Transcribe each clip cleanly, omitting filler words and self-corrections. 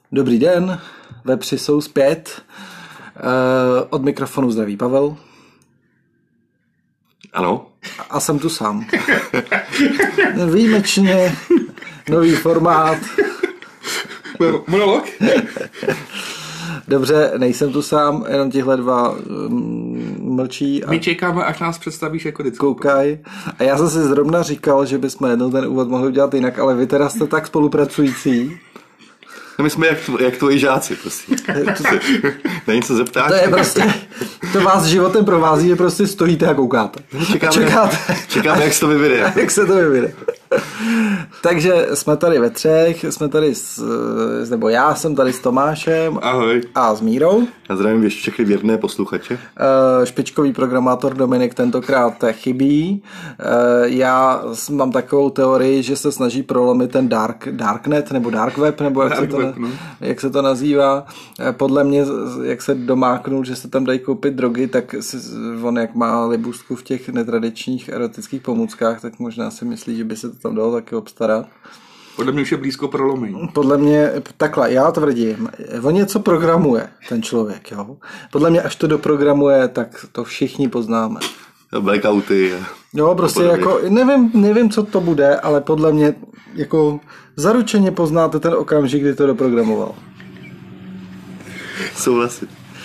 Dobrý den, webři jsou zpět. Od mikrofonu zdraví Pavel. Ano. A jsem tu sám. Výjimečně nový formát. Monolog? Dobře, nejsem tu sám, jenom tihle dva mlčí. My čekáme, až nás představíš jako vždycky. Koukaj. A já jsem si zrovna říkal, že bychom jednou ten úvod mohli udělat jinak, ale vy teda jste tak spolupracující. No my jsme jak tvoji žáci, prostě. Na něco zeptáš? To je prostě, to vás životem provází, že prostě stojíte a koukáte. Čekáme, jak se to vyvine. Jak se to vyvine. Takže jsme tady ve třech, jsme tady nebo já jsem tady s Tomášem. Ahoj. A s Mírou. A zdravím všechny věrné posluchače. Špičkový programátor Dominik tentokrát chybí. Já mám takovou teorii, že se snaží prolomit ten darknet nebo dark web, nebo jak se to nazývá. Podle mě, jak se domáknul, že se tam dají koupit drogy, tak on jak má libůstku v těch netradičních erotických pomůckách, tak možná si myslí, že by se to tam dalo taky obstarat. Podle mě už je blízko prolomení. Podle mě, takhle, já tvrdím, on něco programuje, ten člověk, jo. Podle mě, až to doprogramuje, tak to všichni poznáme. Blackouty. Jo, prostě jako, nevím, co to bude, ale podle mě, jako, zaručeně poznáte ten okamžik, kdy to doprogramoval. Souhlasím.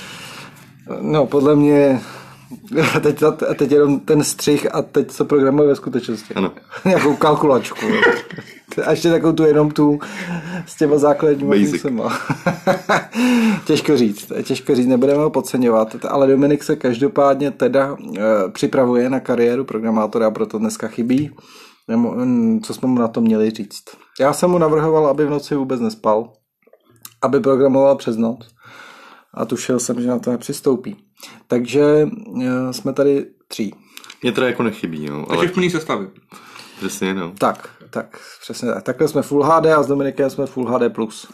No, podle mě, teď jenom ten střih a teď se programuje ve skutečnosti. Ano. Nějakou kalkulačku. A ještě takovou tu jenom tu s těma základníma funkcema. Těžko říct, nebudeme ho podceňovat, ale Dominik se každopádně teda připravuje na kariéru programátora, proto dneska chybí. Co jsme mu na to měli říct? Já jsem mu navrhoval, aby v noci vůbec nespal, aby programoval přes noc a tušil jsem, že na to nepřistoupí. Takže jsme tady 3. Mě to jako nechybí, no. Takže v plný sestavě. Přesně, no. Tak, přesně tak. Takhle jsme Full HD a s Dominikem jsme Full HD+.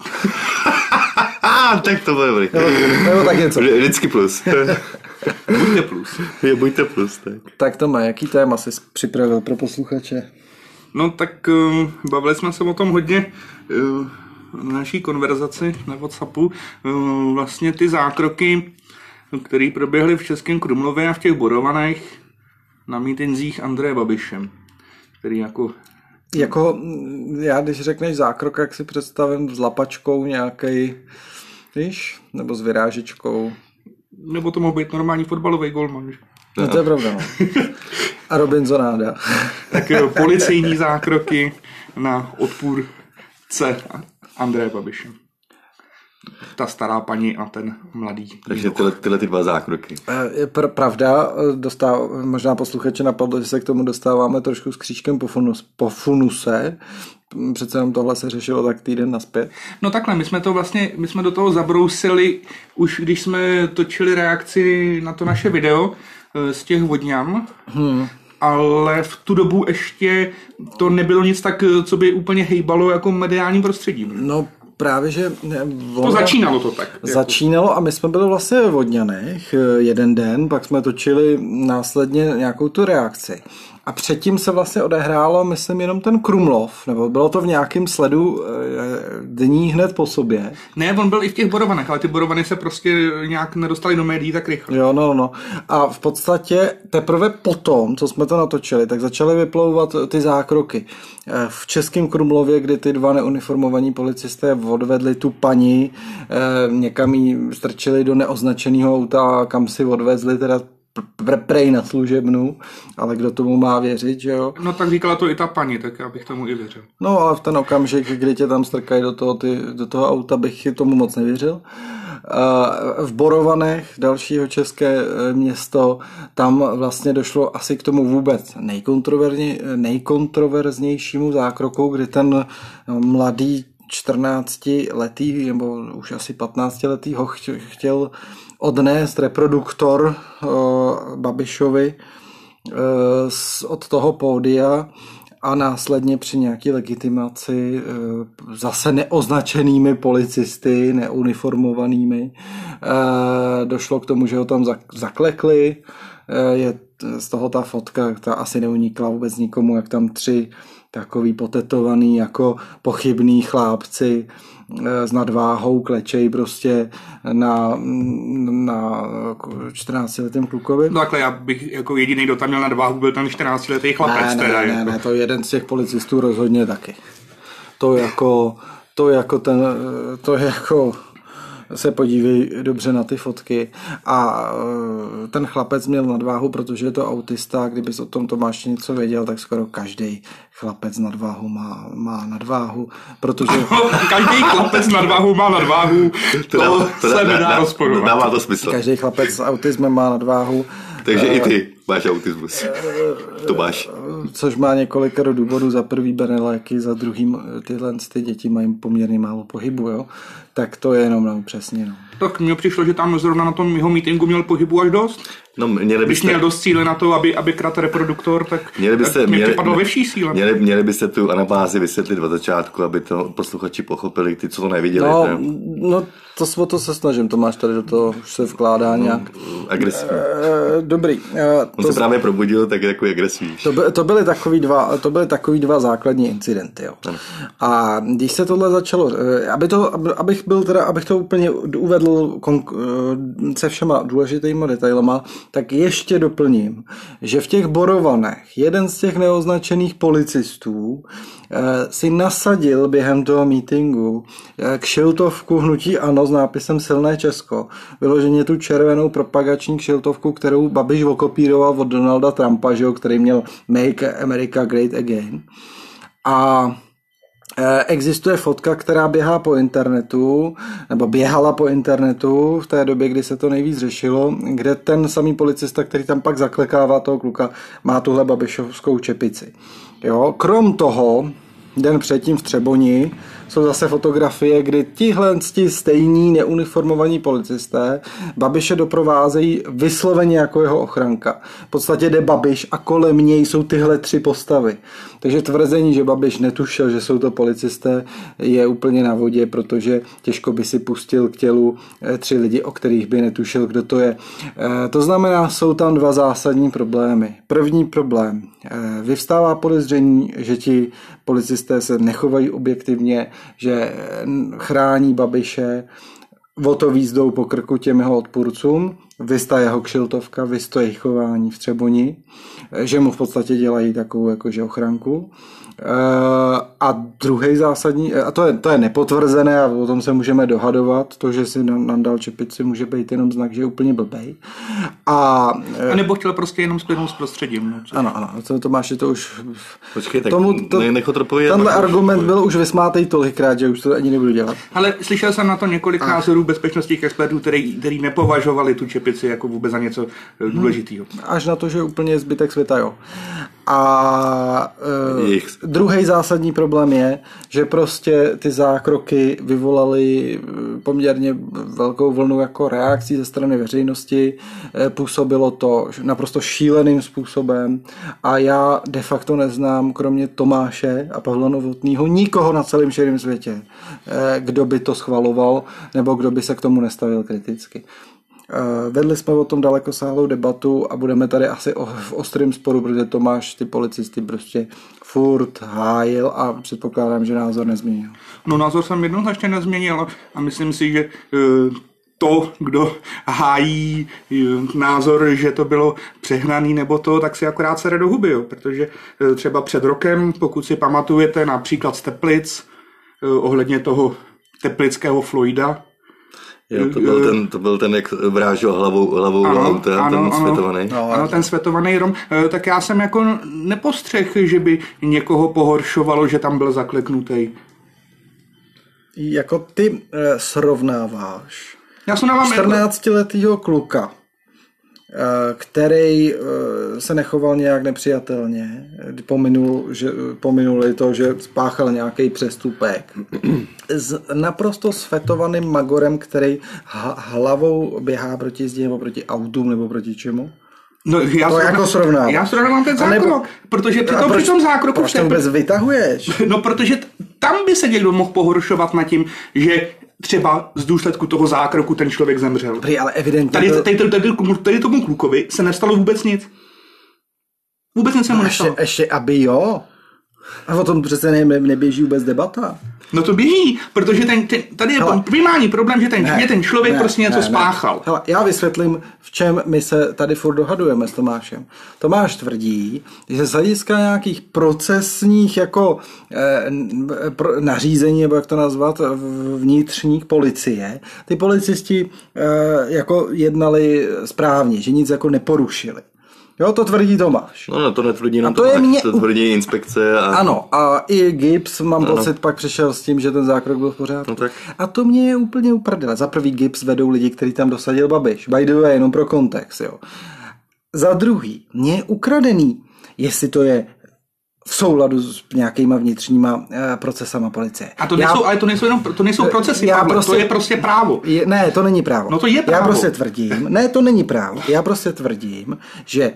Tak to bude dobrý. Nebo tak něco. Vždycky plus. Buďte plus. Buďte plus, tak. Tak Tome, jaký téma jsi připravil pro posluchače? No tak bavili jsme se o tom hodně na naší konverzaci na WhatsAppu. Vlastně ty zákroky, které proběhly v Českém Krumlově a v těch Borovanech na mítinzích Andreje Babišem, který jako já když řekneš zákrok, jak si představím s lapačkou nějakej, víš, nebo s vyrážičkou. Nebo to mohl být normální fotbalový golman. No to je pravda, no. A Robinsonáda. Tak policejní zákroky na odpůrce Andreje Babiše. Ta stará paní a ten mladý. Takže tyhle ty dva zákroky. Je pravda, možná posluchače napadlo, že se k tomu dostáváme trošku s křížkem po funuse. Přece jenom tohle se řešilo tak týden nazpět. No takhle, my jsme do toho zabrousili, už když jsme točili reakci na to naše video z těch Vodňan, ale v tu dobu ještě to nebylo nic tak, co by úplně hejbalo jako mediálním prostředím. No právě, že... To začínalo to tak. Začínalo a my jsme byli vlastně ve Vodňanech jeden den, pak jsme točili následně nějakou tu reakci. A předtím se vlastně odehrálo, myslím, jenom ten Krumlov, nebo bylo to v nějakém sledu dní hned po sobě. Ne, on byl i v těch Borovanech, ale ty Borovany se prostě nějak nedostaly do médií tak rychle. Jo, no. A v podstatě teprve potom, co jsme to natočili, tak začaly vyplouvat ty zákroky. V Českém Krumlově, kdy ty dva neuniformovaní policisté odvedli tu paní, někam jí strčili do neoznačeného auta, kam si odvezli teda prej na služebnu, ale kdo tomu má věřit, že jo? No tak říkala to i ta paní, tak já bych tomu i věřil. No ale v ten okamžik, kdy tě tam strkají do toho auta, bych tomu moc nevěřil. V Borovanech, dalšího české město, tam vlastně došlo asi k tomu vůbec nejkontroverznějšímu zákroku, kdy ten mladý 14letý nebo už asi 15letý ho chtěl odnést reproduktor Babišovi od toho pódia a následně při nějaké legitimaci zase neoznačenými policisty, neuniformovanými, došlo k tomu, že ho tam zaklekli. Je z toho ta fotka, ta asi neunikla vůbec nikomu, jak tam 3 takový potetovaný jako pochybný chlápci s nadváhou klečej prostě na 14letém klukovi. No takhle, já bych jako jediný, kdo tam měl nadváhu, byl ten 14letý chlapec. Ne, to je jeden z těch policistů rozhodně taky. To jako se podívej dobře na ty fotky a ten chlapec měl nadváhu, protože je to autista, kdybys o tom Tomáš něco věděl, tak skoro každý chlapec nadváhu má nadváhu, protože... Každý chlapec nadváhu má nadváhu, to se nedá rozporovat. Dává to smysl. Každý chlapec s autismem má nadváhu. Takže i ty máš autismus. Tomáš. Což má několikero důvodů. Za prvý bere léky, za druhým ty děti mají poměrně málo pohybu, jo? Tak to je jenom na upřesněno. Tak mně přišlo, že tam zrovna na tom jeho meetingu měl pohybu až dost. No, když měl dost síly na to, aby krat reproduktor, tak mě připadlo ve vší síle. Měli byste tu anabázi vysvětlit od začátku, aby to posluchači pochopili, ty, co to neviděli. No to se snažím, Tomáš tady do toho už se vkládá nějak. Agresivní. Dobrý. On se právě probudil tak jako agresivní. To byly takový dva základní incidenty. Jo. A když se tohle začalo, abych to úplně uvedl se všema důležitýma detailama, tak ještě doplním, že v těch Borovanech jeden z těch neoznačených policistů si nasadil během toho meetingu kšiltovku hnutí ANO s nápisem Silné Česko. Vyloženě tu červenou propagační kšiltovku, kterou Babiš okopíroval od Donalda Trumpa, že jo, který měl Make America Great Again. A existuje fotka, která běhá po internetu, nebo běhala po internetu v té době, kdy se to nejvíc řešilo, kde ten samý policista, který tam pak zaklekává toho kluka, má tuhle babišovskou čepici. Jo? Krom toho, den předtím v Třeboni jsou zase fotografie, kdy tihle stejní neuniformovaní policisté Babiše doprovázejí vysloveně jako jeho ochranka. V podstatě jde Babiš a kolem něj jsou tyhle 3 postavy. Takže tvrzení, že Babiš netušil, že jsou to policisté, je úplně na vodě, protože těžko by si pustil k tělu 3 lidi, o kterých by netušil, kdo to je. To znamená, jsou tam 2 zásadní problémy. První problém. Vyvstává podezření, že ti policisté se nechovají objektivně, že chrání Babiše, o to víc jdou po krku těm jeho odpůrcům, vysta jeho kšiltovka, vysto jejich chování v Třeboni, že mu v podstatě dělají takovou jakože ochranku. A druhý zásadní, a to je nepotvrzené a o tom se můžeme dohadovat, to, že si nandal čepici, může být jenom znak, že je úplně blbej. A nebo chtěl prostě jenom splnout s prostředím. No, ano, Tomáši, to už... Počkej, tak tenhle argument byl už vysmátej tolikrát, že už to ani nebudu dělat. Ale slyšel jsem na to několik názorů bezpečnostních expertů, který nepovažovali tu čepici jako vůbec za něco důležitého. Až na to, že úplně zbytek světa, jo. A druhý zásadní problém je, že prostě ty zákroky vyvolaly poměrně velkou vlnu jako reakcí ze strany veřejnosti, působilo to naprosto šíleným způsobem a já de facto neznám, kromě Tomáše a Pavla Novotnýho, nikoho na celém širém světě, kdo by to schvaloval nebo kdo by se k tomu nestavil kriticky. Vedli jsme o tom dalekosáhlou debatu a budeme tady asi v ostrém sporu, protože Tomáš ty policisty prostě furt hájil a předpokládám, že názor nezměnil. No názor jsem jednoznačně nezměnil a myslím si, že to, kdo hájí názor, že to bylo přehnaný nebo to, tak si akorát sere do huby, jo. Protože třeba před rokem, pokud si pamatujete například z Teplic, ohledně toho teplického Floyda, jo, to byl ten, jak vrážil hlavou auta, ten světovaný. Ano, ten světovaný Rom. Tak já jsem jako nepostřeh, že by někoho pohoršovalo, že tam byl zakleknutý. Jako ty srovnáváš 14letýho kluka, který se nechoval nějak nepřijatelně, pominuli to, že spáchal nějaký přestupek, s naprosto sfetovaným magorem, který hlavou běhá proti zdi nebo proti autům nebo proti čemu? No, já srovnávám ten zákrok, protože při tom zákroku... Proč to vůbec vytahuješ? No, protože tam by se někdo mohl pohoršovat nad tím, že třeba z důsledku toho zákroku ten člověk zemřel. Dobrý, ale evidentně... Tady tomu klukovi se nestalo vůbec nic. Vůbec nic se mu nestalo. Ještě, aby jo. A o tom přece neběží vůbec debata. No to běží, protože tady je primární problém, že ten člověk prostě něco spáchal. Hele, já vysvětlím, v čem my se tady furt dohadujeme s Tomášem. Tomáš tvrdí, že z hlediska nějakých procesních jako nařízení, nebo jak to nazvat, vnitřních policie, ty policisti jako jednali správně, že nic jako neporušili. Jo, to tvrdí Tomáš. No, to netvrdí jenom Tomáš, to tvrdí inspekce. Ano, a i Gibbs, mám pocit, pak přišel s tím, že ten zákrok byl v pořádku. No tak. A to mě je úplně uprdele. Za prvý Gibbs vedou lidi, který tam dosadil Babiš. By the way, jenom pro kontext, jo. Za druhý, mě je ukradený, jestli to je v souladu s nějakýma vnitřníma procesama policie. A to nejsou procesy, to je prostě právo. Ne, to není právo. No to je právo. Já prostě tvrdím, to není právo. Já prostě tvrdím, že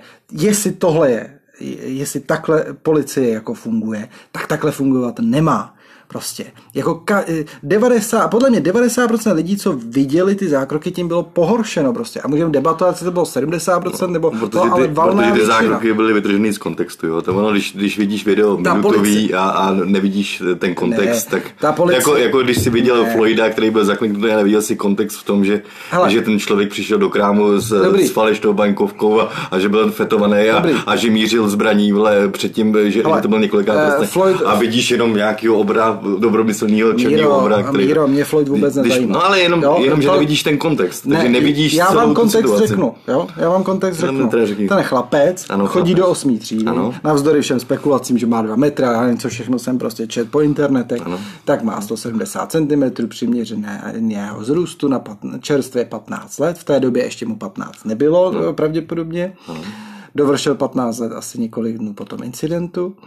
jestli takhle policie jako funguje, tak takhle fungovat nemá. Prostě. Jako podle mě 90% lidí, co viděli ty zákroky, tím bylo pohoršeno prostě. A můžeme debatovat, jestli to bylo 70% nebo ale valná protože ty většina. zákroky byly vytržený z kontextu. Jo? To ono, když vidíš video minutový a nevidíš ten kontext, tak jako když jsi viděl Floyda, který byl zakliknutý a neviděl si kontext v tom, že ten člověk přišel do krámu s falešnou bankovkou a že byl fetovaný a že mířil zbraní předtím, že to byl několikrát a vidíš jenom nějakýho obra dobromyslného černého obra, který... Míro, mě Floyd vůbec nezajímá. No ale jenom že nevidíš ten kontext, takže nevidíš celou tu situaci. Já vám kontext řeknu. Ten chlapec chodí do 8. třídy, navzdory všem spekulacím, že má 2 metry, a něco všechno jsem prostě čet po internetech, tak má 170 cm přiměřeného vzrůstu na čerstvě 15 let, v té době ještě mu 15 nebylo pravděpodobně. Dovršil 15 let asi několik dnů po tom incidentu.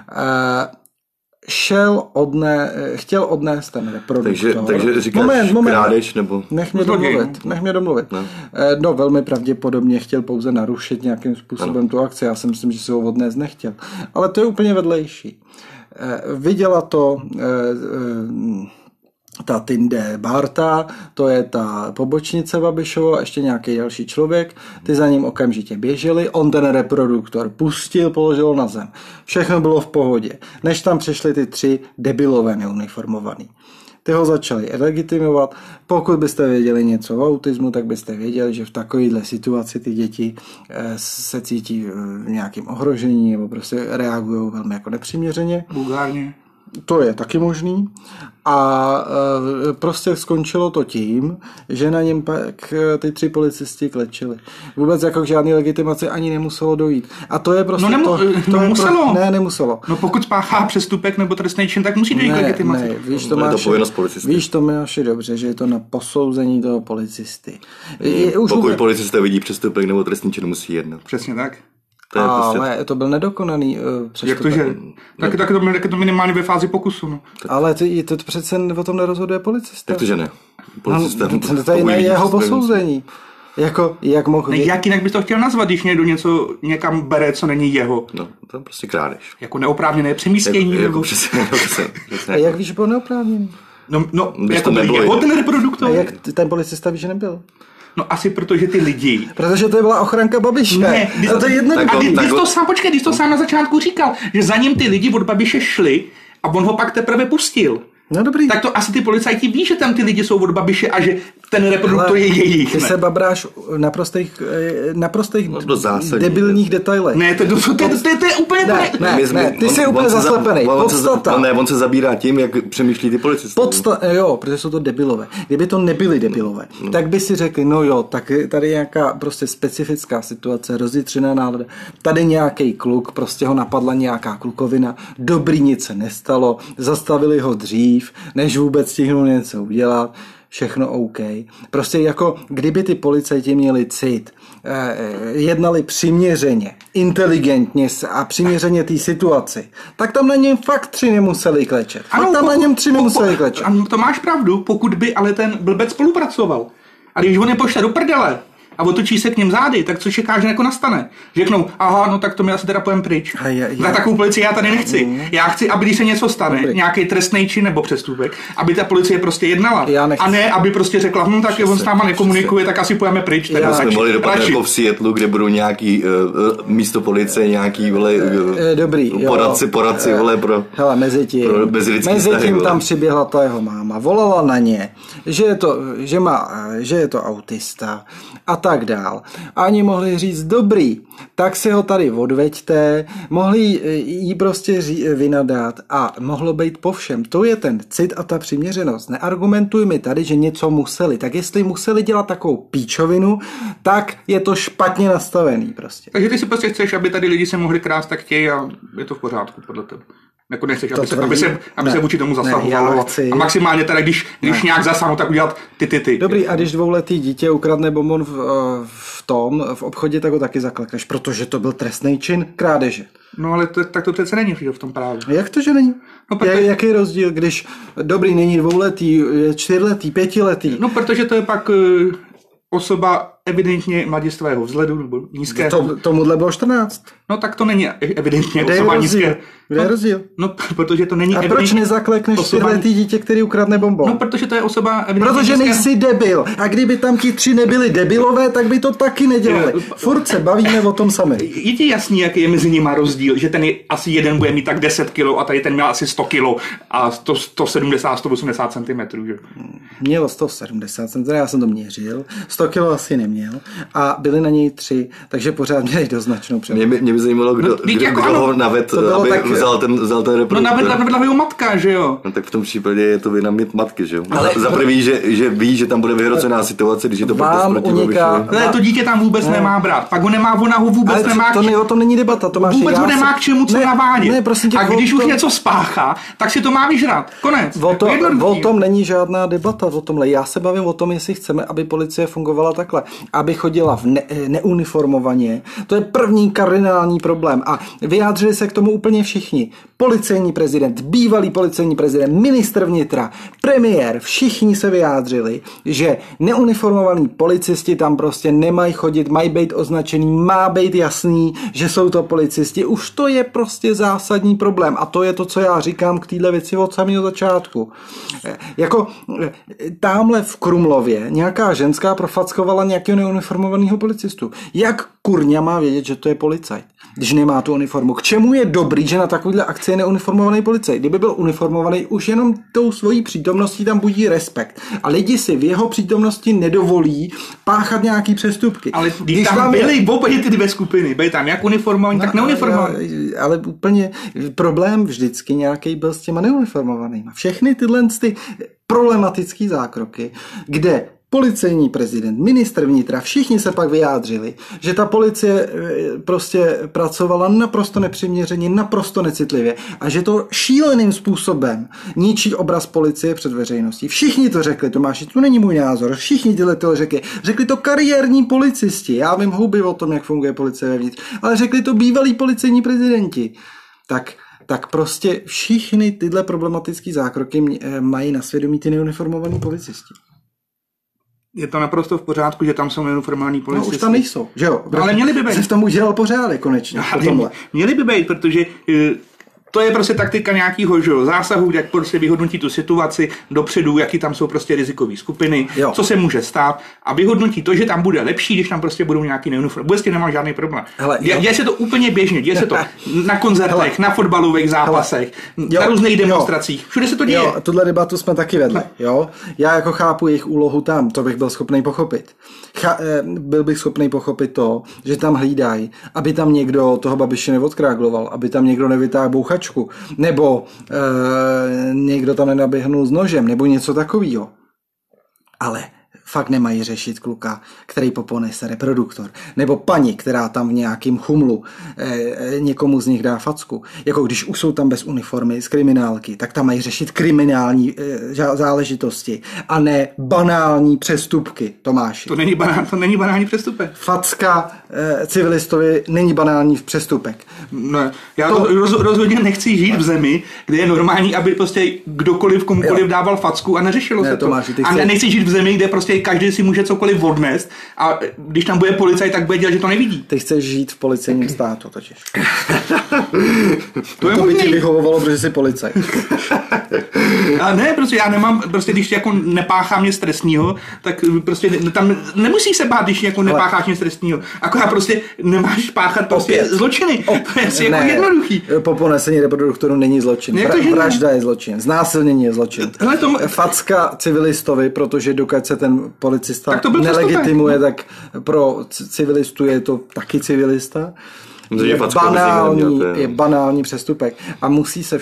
Chtěl odnést ten reproduktor. Takže říkáš krádež nebo... Nech mě domluvit. No, velmi pravděpodobně chtěl pouze narušit nějakým způsobem tu akci. Já si myslím, že se ho odnést nechtěl. Ale to je úplně vedlejší. Viděla to ta Tinde Barta, to je ta pobočnice Babišova, ještě nějaký další člověk, ty za ním okamžitě běželi, on ten reproduktor pustil, položil na zem. Všechno bylo v pohodě, než tam přišli ty 3 debilové neuniformovaný. Ty ho začali legitimovat. Pokud byste věděli něco o autismu, tak byste věděli, že v takovéhle situaci ty děti se cítí v nějakém ohrožení nebo prostě reagují velmi jako nepřiměřeně. Vulgárně. To je taky možný. A prostě skončilo to tím, že na něm pak ty 3 policisti klečili. Vůbec jako k žádný legitimaci ani nemuselo dojít. A to je prostě nemuselo. Nemuselo. No pokud spáchá přestupek nebo trestný čin, tak musí dojít k legitimaci. Ne, víš Tomáši dobře, že je to na posouzení toho policisty. Pokud policisté vidí přestupek nebo trestný čin, musí jednat. Přesně tak. Ale to byl nedokonaný přestupek. Jak to, že? Tak je to minimálně ve fázi pokusu. No. Ale to přece o tom nerozhoduje policista. Jak to, že ne? Policista to je na jeho posouzení. Jak mohl... Jak jinak bys to chtěl nazvat, když někdo něco někam bere, co není jeho? No, to je prostě krádež. Jako neoprávněné přemístění. Přesně. A jak víš, že byl neoprávněný? No jako byl jeho ten reproduktor. A jak ten policista ví, že nebyl? No asi protože ty lidi... Protože to byla ochranka Babiše. Ne, to je jednoduché. Když to sám na začátku říkal, že za ním ty lidi od Babiše šli a on ho pak teprve pustil. No dobrý. Tak to asi ty policajti ví, že tam ty lidi jsou od Babiše a že ten reproduktor je jejich. Ty se babráš naprostých debilních detailech. Ne, to je úplně... Ne, ty jsi úplně zaslepený. On se zabírá tím, jak přemýšlí ty policisté. Jo, protože jsou to debilové. Kdyby to nebyly debilové, tak by si řekli, no jo, tak tady je nějaká prostě specifická situace, rozjitřená nálada. Tady nějaký kluk, prostě ho napadla nějaká klukovina, dobrý, nic se nestalo, zastavili ho dřív, než vůbec stihnul něco udělat, všechno OK. Prostě jako kdyby ty policajti měli cit, jednali přiměřeně, inteligentně a přiměřeně té situaci, tak tam na něm fakt 3 nemuseli klečet. To máš pravdu, pokud by ale ten blbec spolupracoval. A když on je pošle do prdele, a otočí se k něm zády, tak co čekáš, že jako nastane? Řeknou, aha, no tak to my asi teda půjdeme pryč. Na takovou policii já tady nechci. Já chci, aby když se něco stane, nějaký trestný čin nebo přestupek, aby ta policie prostě jednala. A ne, aby prostě řekla, tak on s náma nekomunikuje, tak asi půjdeme pryč. Teda jsme mohli dopadnout jako v Seattlu, kde budou nějaký místo policie, nějaký poradci pro... Hele, mezi tím tam přiběhla ta jeho máma, volala na ně, že je to autista a tak dál. A oni mohli říct, dobrý, tak si ho tady odveďte, mohli jí prostě vynadat a mohlo být po všem. To je ten cit a ta přiměřenost. Neargumentuj mi tady, že něco museli. Tak jestli museli dělat takovou píčovinu, tak je to špatně nastavený prostě. Takže ty si prostě chceš, aby tady lidi se mohli krást, tak chtějí a je to v pořádku podle tebe. Jako nechceš, aby se vůči tomu zasahovalo. A maximálně teda, když nějak zasáhnou, tak udělat ty. Dobrý, a když dvouletý dítě ukradne bonbon v obchodě, tak ho taky zaklekneš, protože to byl trestný čin krádeže. No ale tak to přece není v tom právu. Jak to, že není? No, jaký je rozdíl, když dobrý není dvouletý, je 4letý, 5letý? No protože to je pak osoba evidentně mladistvého vzhledu nebo nízké. Tomuhle bylo 14. No tak to není evidentně osoba nízké. Kde je rozdíl? No, protože to není evidentně. A proč nezaklekneš 4letý dítě, který ukradne bonbon? No, protože to je osoba evidentně. Protože nejsi debil. A kdyby tam ti 3 nebyli debilové, tak by to taky nedělali. Furt se bavíme o tom sami. Je ti jasný, jaký je mezi nimi rozdíl, že ten je asi jeden bude mít tak 10 kg a tady ten měl asi 100 kg a 170-180 cm, že? Mělo 170 cm, já jsem to měřil. 100 kg asi neměl. A byli na něj 3, takže pořád měli doznačnou převahu. Mě by zajímalo, kdo ho navedl, aby vzal ten reproduktor. No navedla jeho matka, že jo? No tak v tom případě je to vina matky, že jo? Za prvý, že ví, že tam bude vyhrocená situace, když je to proti ne, to dítě tam vůbec nemá brát. Pak ho nemá, ona ho vůbec nemá. O tom není debata, Tomáši. Vůbec ho nemá k čemu co navádět. A když už něco spáchá, tak si to má vyžrat. Konec. O tom není žádná debata o tomhle. Já se bavím o tom, jestli chceme, aby policie fungovala takhle. Aby chodila neuniformovaně. To je první kardinální problém. A vyjádřili se k tomu úplně všichni. Policejní prezident, bývalý policejní prezident, ministr vnitra, premiér, všichni se vyjádřili, že neuniformovaní policisti tam prostě nemají chodit, mají být označený, má být jasný, že jsou to policisti. Už to je prostě zásadní problém. A to je to, co já říkám k téhle věci od samého začátku. Jako támhle v Krumlově nějaká ženská profackovala nějakého neuniformovaného policistu. Jak kurňa má vědět, že to je policajt, když nemá tu uniformu? K čemu je dobrý, že na takovýhle akci je neuniformovaný policajt? Kdyby byl uniformovaný, už jenom tou svojí přítomností tam budí respekt. A lidi si v jeho přítomnosti nedovolí páchat nějaký přestupky. Ale když tam byly obě ty 2 skupiny, byly tam jak uniformovaný, tak neuniformovaný. Ale úplně problém vždycky nějaký byl s těma neuniformovanýma. Všechny tyhle problematické zákroky, kde policejní prezident, ministr vnitra, všichni se pak vyjádřili, že ta policie prostě pracovala naprosto nepřiměřeně, naprosto necitlivě a že to šíleným způsobem ničí obraz policie před veřejností. Všichni to řekli, Tomáši, to není můj názor, všichni tyhle to řekli to kariérní policisti, já vím houby o tom, jak funguje policie vevnitř, ale řekli to bývalí policejní prezidenti. Tak prostě všichni tyhle problematické zákroky mají na svědomí ty neuniformovaní policisti. Je to naprosto v pořádku, že tam jsou neuniformální policisty. No už tam nejsou, že jo? Ale měli by být. Se v tom udělal pořádek konečně. Měli by být, protože to je prostě taktika nějakého zásahu, jak prostě vyhodnotí tu situaci dopředu, jaký tam jsou prostě rizikové skupiny, co se může stát a vyhodnotí to, že tam bude lepší, když tam prostě budou nějaký neuniformovaný. Vůbec nemá žádný problém. Děje se to úplně běžně, děje se to na koncertech, na fotbalových zápasech, na různých demonstracích. Všude se to děje. Tuhle debatu jsme taky vedli. Jo? Já jako chápu jejich úlohu tam, to bych byl schopný pochopit. Byl bych schopný pochopit to, že tam hlídají, aby tam někdo toho Babiše neodkrágloval, aby tam někdo nevytáhl bouchačku, nebo někdo tam nenaběhnul s nožem, nebo něco takového. Ale fakt nemají řešit kluka, který poponese reproduktor. Nebo paní, která tam v nějakým chumlu někomu z nich dá facku. Jako když už jsou tam bez uniformy z kriminálky, tak tam mají řešit kriminální záležitosti a ne banální přestupky, Tomáši. To není banální přestupek. Facka civilistovi není banální přestupek. Ne, já rozhodně nechci žít v zemi, kde je normální, aby prostě kdokoliv komukoliv dával facku a neřešilo se to. Tomáši, a nechci žít v zemi, kde prostě prostě každý si může cokoliv odnést a když tam bude policajt, tak bude dělat, že to nevidí. Ty chceš žít v policejním státu totiž. To by ti vyhovovalo, protože jsi policajt. A ne, prostě já nemám, prostě když jako nepáchám nic trestního, tak prostě tam nemusíš se bát, když jako nepácháš nic trestního. Akorát prostě nemáš páchat prostě zločiny. To je asi jako jednoduchý. Po ponesení reproduktoru není zločin. Vražda je zločin. Znásilnění je zločin. Facka civilistovi, protože dokud se ten policista nelegitimuje, tak pro civilistu je to taky civilista. Je banální přestupek a musí se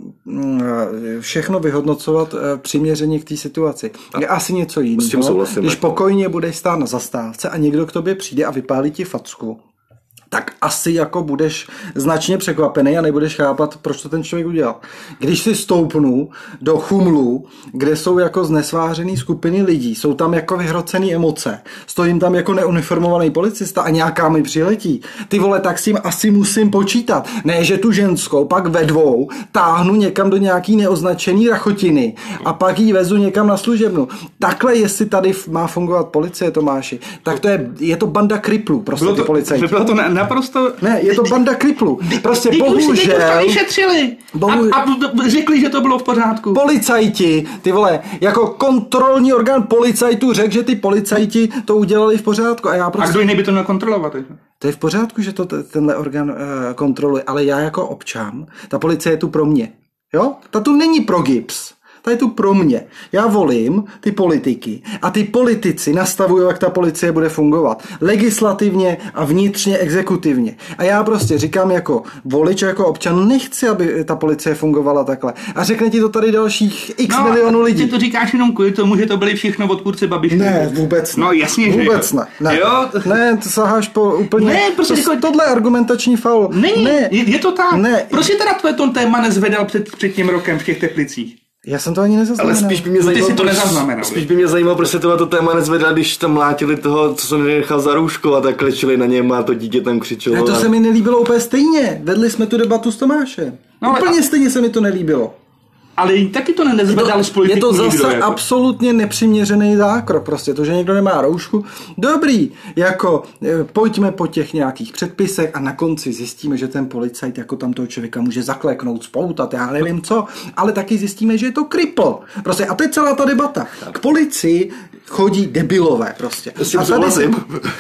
všechno vyhodnocovat přiměřeně k té situaci. Je asi něco jiného, když pokojně budeš stát na zastávce a někdo k tobě přijde a vypálí ti facku, tak asi jako budeš značně překvapený a nebudeš chápat, proč to ten člověk udělal. Když si stoupnu do chumlu, kde jsou jako znesvářený skupiny lidí, jsou tam jako vyhrocený emoce, stojím tam jako neuniformovaný policista a nějaká mi přiletí, ty vole, tak s tím asi musím počítat. Ne, že tu ženskou pak ve dvou táhnu někam do nějaký neoznačený rachotiny a pak ji vezu někam na služebnu. Takhle, jestli tady má fungovat policie, Tomáši, tak je to banda kriplů, prostě ty policajti. Naprosto... Ne, je to banda kriplů. Prostě bohužel... Už šetřili a řekli, že to bylo v pořádku. Policajti, ty vole, jako kontrolní orgán policajtů řekl, že ty policajti to udělali v pořádku. A kdo jiný by to měl kontrolovat? To je v pořádku, že to tenhle orgán kontroluje, ale já jako občan, ta policie je tu pro mě. Jo? Ta tu není pro GIBS. Ta je tu pro mě. Já volím ty politiky a ty politici nastavují, jak ta policie bude fungovat. Legislativně a vnitřně exekutivně. A já prostě říkám jako volič, jako občan, nechci, aby ta policie fungovala takhle. A řekne ti to tady dalších x milionů lidí. Ty to říkáš jenom kvůli tomu, že to byli všechno odpůrci Babiše. Ne, vůbec ne. No jasně, vůbec že ne. Jo? Ne, to saháš po úplně... Ne, prostě tohle je argumentační faul. Není, ne. Je to tak. Ne. Prostě teda tvoje to téma nezvedal před tím rokem v těch Teplicích. Já jsem to ani nezaznamenal. Ale spíš by mě zajímalo, proč se tohle téma nezvedá, když tam mlátili toho, co jsem nenechal za rouško a tak klečili na něm a to dítě tam křičelo. A to se mi nelíbilo úplně stejně. Vedli jsme tu debatu s Tomášem. Úplně stejně se mi to nelíbilo. Ale taky to nezvedal z politiků. Je to zase nikdo, jako. Absolutně nepřiměřený zákrok. Prostě to, že někdo nemá roušku, dobrý. Jako pojďme po těch nějakých předpisech a na konci zjistíme, že ten policajt jako tam toho člověka může zakleknout, spoutat, já nevím co, ale taky zjistíme, že je to kripl. Prostě a teď celá ta debata. K policii chodí debilové prostě. A tady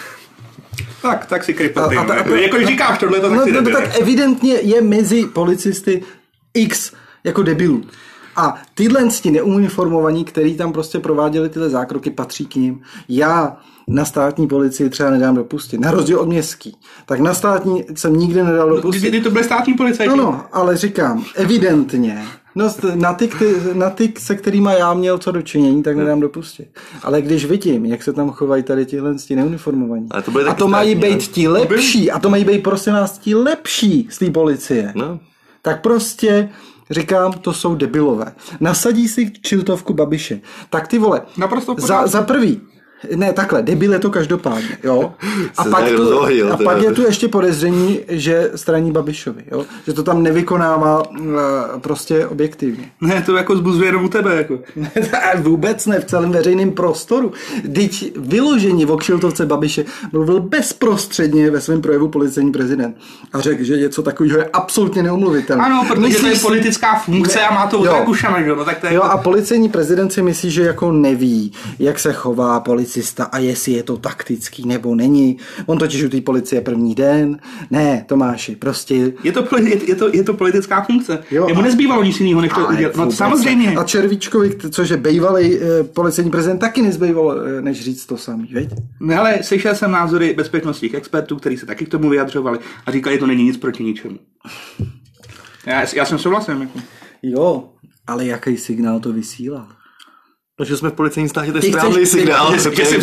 tak si kripl. Jako říkáš tohle, to tak si debil. Tak evidentně je mezi policisty x jako debilů. A tyhle neuniformovaní, který tam prostě prováděli tyhle zákroky, patří k nim. Já na státní policii třeba nedám dopustit. Na rozdíl od městský. Tak na státní jsem nikdy nedal dopustit. Kdy to byly státní policajti? No, ale říkám, evidentně. No, na ty, se kterýma já měl co dočinění, tak nedám dopustit. Ale když vidím, jak se tam chovají tady tihle neuniformovaní. A to mají být ti lepší. A to mají být prostě nás ti lepší z té policie. No. Tak prostě říkám, to jsou debilové. Nasadí si čiltovku Babiše. Tak ty vole, za prvý, ne takhle, debil je to každopádně, jo. A pak je tu ještě podezření, že straní Babišovi, jo. Že to tam nevykonává prostě objektivně. Ne, to jako zbuzuje jenom u tebe, jako. Vůbec ne, v celém veřejném prostoru. Vždyť vyložení o kšiltovce Babiše mluvil bezprostředně ve svém projevu policejní prezident. A řekl, že něco takového je absolutně neomluvitelné. Ano, protože to je politická funkce a má to Rakušana, no, tak to je... Jo, a policejní prezident si myslí, že jako neví, jak se chová policista a jestli je to taktický nebo není. On totiž u té policie první den. Ne, Tomáši, prostě... Je to politická funkce. Jemu nezbývalo nic jiného, než to udělat. No, samozřejmě. A Červíčkovi, což je bývalý policejní prezident, taky nezbývalo, než říct to samý, veď? No, ale slyšel jsem názory bezpečnostních expertů, kteří se taky k tomu vyjadřovali a říkali, že to není nic proti ničemu. Já jsem souhlasím. Jako. Jo, ale jaký signál to vysílá? Protože jsme v policejním státě, to je správný signál.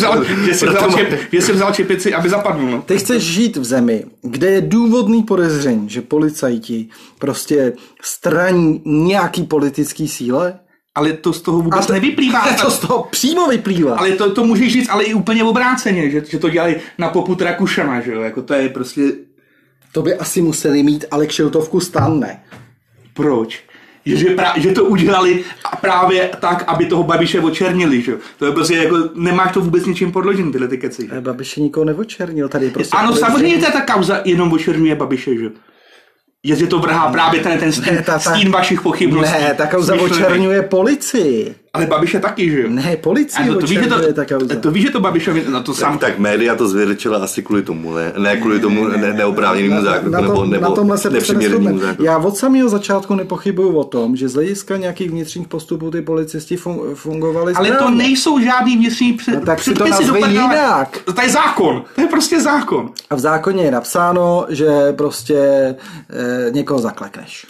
Že jsi vzal čepici, aby zapadnul. No. Ty chceš žít v zemi, kde je důvodný podezření, že policajti prostě straní nějaký politický síle? Ale to z toho vůbec nevyplývá. To z toho přímo vyplývá. Ale to můžeš říct, ale i úplně obráceně, že to dělají na popud Rakušana, že jo? Jako to je prostě... To by asi museli mít, ale kšiltovku STAN ne. Proč? že to udělali právě tak, aby toho Babiše očernili, že? To je prostě jako, nemáš to vůbec ničím podložený, tyhle ty keci. Babiše nikoho neočernil, tady prostě... Ano, samozřejmě ta kauza jenom očernuje Babiše, že? Je to vrhá právě ten stín vašich pochybností. Ne, ta kauza očerňuje policii. Ale Babiše taky, že jo? Ne, policii očerňuje ta kauza. To víš, že to Babišovi, no to sám... Tak média to zvětšila asi kvůli tomu, ne kvůli tomu neoprávněnému zákroku nebo nepřiměřenému zákroku. Já od samého začátku nepochybuju o tom, že z hlediska nějakých vnitřních postupů ty policisti fungovali správně. Ale to nejsou žádný vnitřní předpisy. Tak si to nazve jinak. To je zákon, to je prostě zákon. A v zákoně je napsáno, že prostě někoho zaklekneš.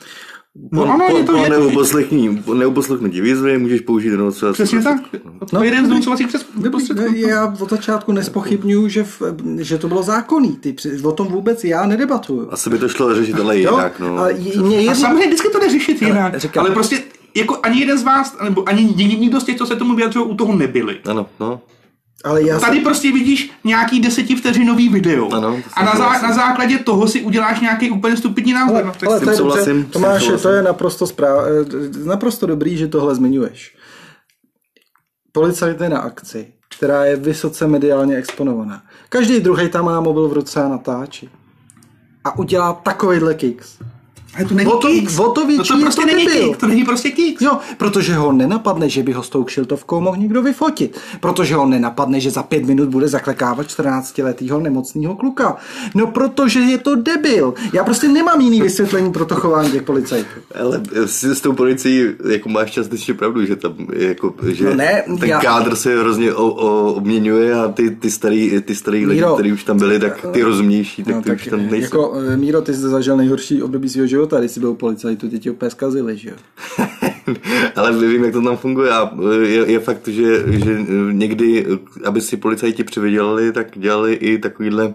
Po neuposlechnutí výzvy můžeš použít donucovací. Přesně tak. No, jeden z donucovacích prostředků. Já od začátku nespochybnuju, že to bylo zákonný. O tom vůbec já nedebatuju. Asi by to šlo řešit ale jinak. No. A samozřejmě vždycky to neřešit jinak. Ale prostě jako ani jeden z vás, nebo ani nikdo z těch, co se tomu vyjadřují, u toho nebyli. Ano, no. Ale tady prostě vidíš nějaký 10vteřinový video. Ano, a na základě toho si uděláš nějaký úplně stupidní názor. Ale to je dobře, Tomáš, to je naprosto dobrý, že tohle zmiňuješ. Policajt je na akci, která je vysoce mediálně exponovaná. Každý druhý tam má mobil v ruce a natáčí. A udělá takovejhle kicks. To není kicks. To prostě není kicks. To není prostě kicks. Jo, protože ho nenapadne, že by ho s tou kšiltovkou mohl někdo vyfotit. Protože ho nenapadne, že za 5 minut bude zaklekávat 14letýho nemocného kluka. No, protože je to debil. Já prostě nemám jiný vysvětlení pro to chování těch policajtů. Ale s tou policií jako máš částečně pravdu, že tam jako, že kádr se hrozně obměňuje a ty starý lidi, kteří už tam byli, tak ty rozumnější, tak ty už tam nejsou. Jako Míro, ty jsi zažil nejhorší období svého života, když jsi byl policajtu, ty ti opět zkazili, že jo? Ale vím, jak to tam funguje a je fakt, že někdy, aby si policajti přivydělali, tak dělali i takovýhle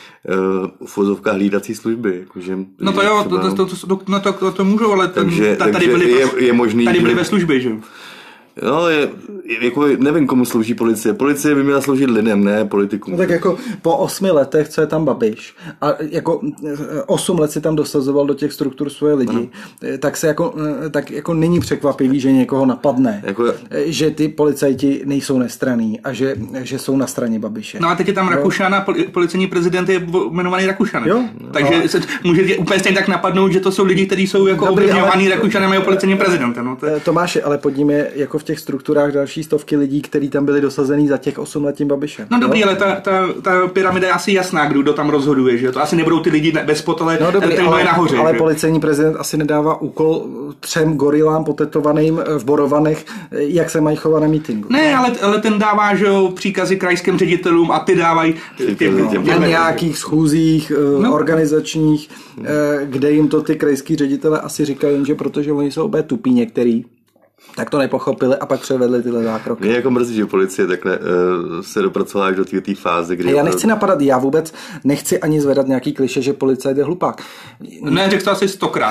v uvozovkách hlídací služby. Jakože, no to jo, to můžou, ale tady byli ve službě, že jo? No, jako nevím, komu slouží policie. Policie by měla sloužit lidem, ne politikům. No tak jako po 8 letech, co je tam Babiš, a jako 8 let si tam dosazoval do těch struktur svoje lidi, tak se jako není překvapivý, že někoho napadne. Že ty policajti nejsou nestranní a že jsou na straně Babiše. No a teď je tam Rakušan a policejní prezident je jmenovaný Rakušan. Jo? Takže se může úplně stejně tak napadnout, že to jsou lidi, kteří jsou jako ovlivňovaný Rakušanem a jeho policejním prezidentem. No, Tomáši, ale pod ním je jako v těch strukturách další stovky lidí, kteří tam byli dosazený za těch 8 let tím Babišem. No dobrý, ale ta pyramida je asi jasná, kdo tam rozhoduje, že to asi nebudou ty lidi bez potele, ten je nahoře. Ale policejní prezident asi nedává úkol 3 gorilám potetovaným v Borovanech, jak se mají chovat na mítinku. Ne, ale ten dává, že jo, příkazy krajským ředitelům a ty dávají na nějakých schůzích organizačních, kde jim to ty krajský ředitele asi říkají, že protože oni jsou obě tupí některý, tak to nepochopili a pak převedli tyhle zákroky. Mě jako mrzí, že policie takhle se dopracovala až do té fáze, kdy... Já nechci napadat, já vůbec nechci ani zvedat nějaký klišé, že policajt je hlupák. Ne, řekl to asi 100krát.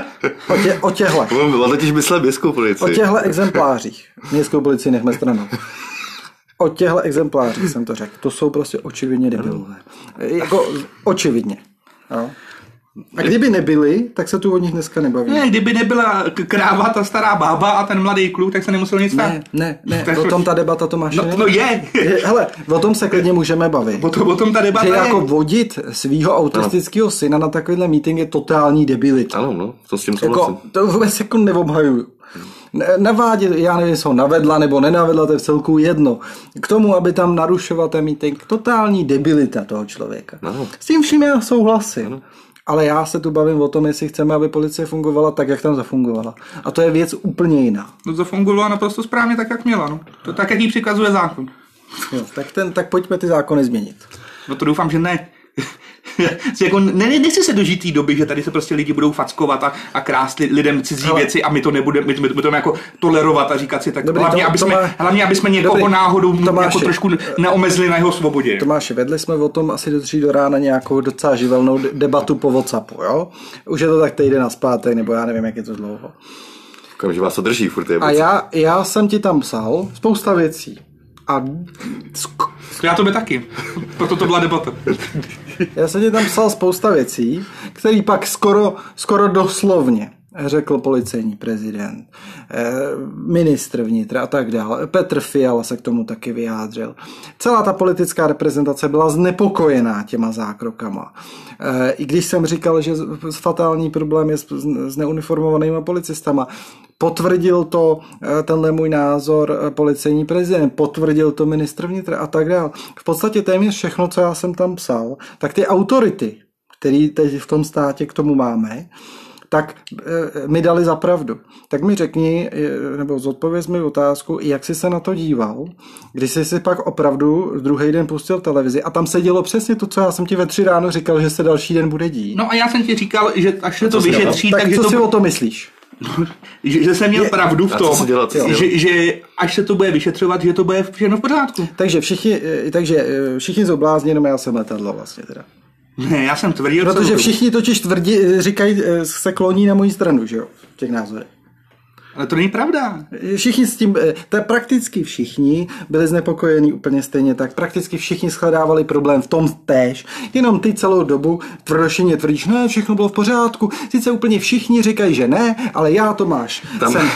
O těhle. On totiž myslel městskou policii. O těhle exemplářích. Městskou policii nechme stranou. O těhle exemplářích jsem to řekl. To jsou prostě očividně debilové. Jako očividně. Jo. A kdyby nebyli, tak se tu o nich dneska nebaví. Ne, kdyby nebyla kráva, ta stará bába a ten mladý kluk, tak se nemuselo nic stát. Ne, o tom ta debata, Tomáš. No je. Hele, o tom se klidně můžeme bavit. O tom ta debata je. Jako vodit svýho autistického syna na takovýhle meeting je totální debilita. Ano, no, to s tím souhlasím. Jako, to vůbec jako neobhajuju. Navádět, já nevím, jestli ho navedla nebo nenavedla, to je v celku jedno. K tomu, aby tam narušoval ten meeting, totální debilita toho člověka. Ano. S tím vším já souhlasím. Ano. Ale já se tu bavím o tom, jestli chceme, aby policie fungovala tak, jak tam zafungovala. A to je věc úplně jiná. No zafungovala naprosto správně tak, jak měla. No. To tak, jak jí přikazuje zákon. Jo, tak pojďme ty zákony změnit. No to doufám, že ne. Jako, nechci se dožít té doby, že tady se prostě lidi budou fackovat a krást lidem cizí věci a my to nebudeme jako tolerovat a říkat si tak. Dobrý, hlavně, aby jsme někoho náhodou jako trošku neomezili na jeho svobodě. Tomáši, vedli jsme o tom asi do 3 do rána nějakou docela živelnou debatu po WhatsAppu, jo? Už je to tak týden nazpátek, nebo já nevím, jak je to dlouho. Že vás to drží furt. A já jsem ti tam psal spousta věcí. A já to by taky. Proto to byla debata. Já jsem ti tam psal spousta věcí, které pak skoro doslovně řekl policejní prezident, ministr vnitra a tak dále. Petr Fiala se k tomu taky vyjádřil. Celá ta politická reprezentace byla znepokojená těma zákrokama. I když jsem říkal, že fatální problém je s neuniformovanými policistama, potvrdil to tenhle můj názor policejní prezident, potvrdil to ministr vnitra a tak dále. V podstatě téměř všechno, co já jsem tam psal, tak ty autority, které teď v tom státě k tomu máme, tak mi dali za pravdu. Tak mi řekni, nebo zodpověz mi otázku, jak jsi se na to díval, když jsi si pak opravdu druhý den pustil televizi a tam se dělo přesně to, co já jsem ti ve 3 ráno říkal, že se další den bude dít. No a já jsem ti říkal, že až se to vyšetří, tak co si o to myslíš? Že jsem měl pravdu v tom, že až se to bude vyšetřovat, že to bude všechno v pořádku. Takže všichni zoblázni, jenom já jsem letadlo vlastně teda. Ne, já jsem tvrdil. Protože všichni totiž říkají, se kloní na moji stranu, že jo, v těch názorech. Ale to není pravda. Všichni s tím, prakticky všichni byli znepokojení úplně stejně tak. Prakticky všichni shledávali problém v tom též. Jenom ty celou dobu tvrdošeně tvrdíš, ne, všechno bylo v pořádku. Sice úplně všichni říkají, že ne, ale já, Tomáš,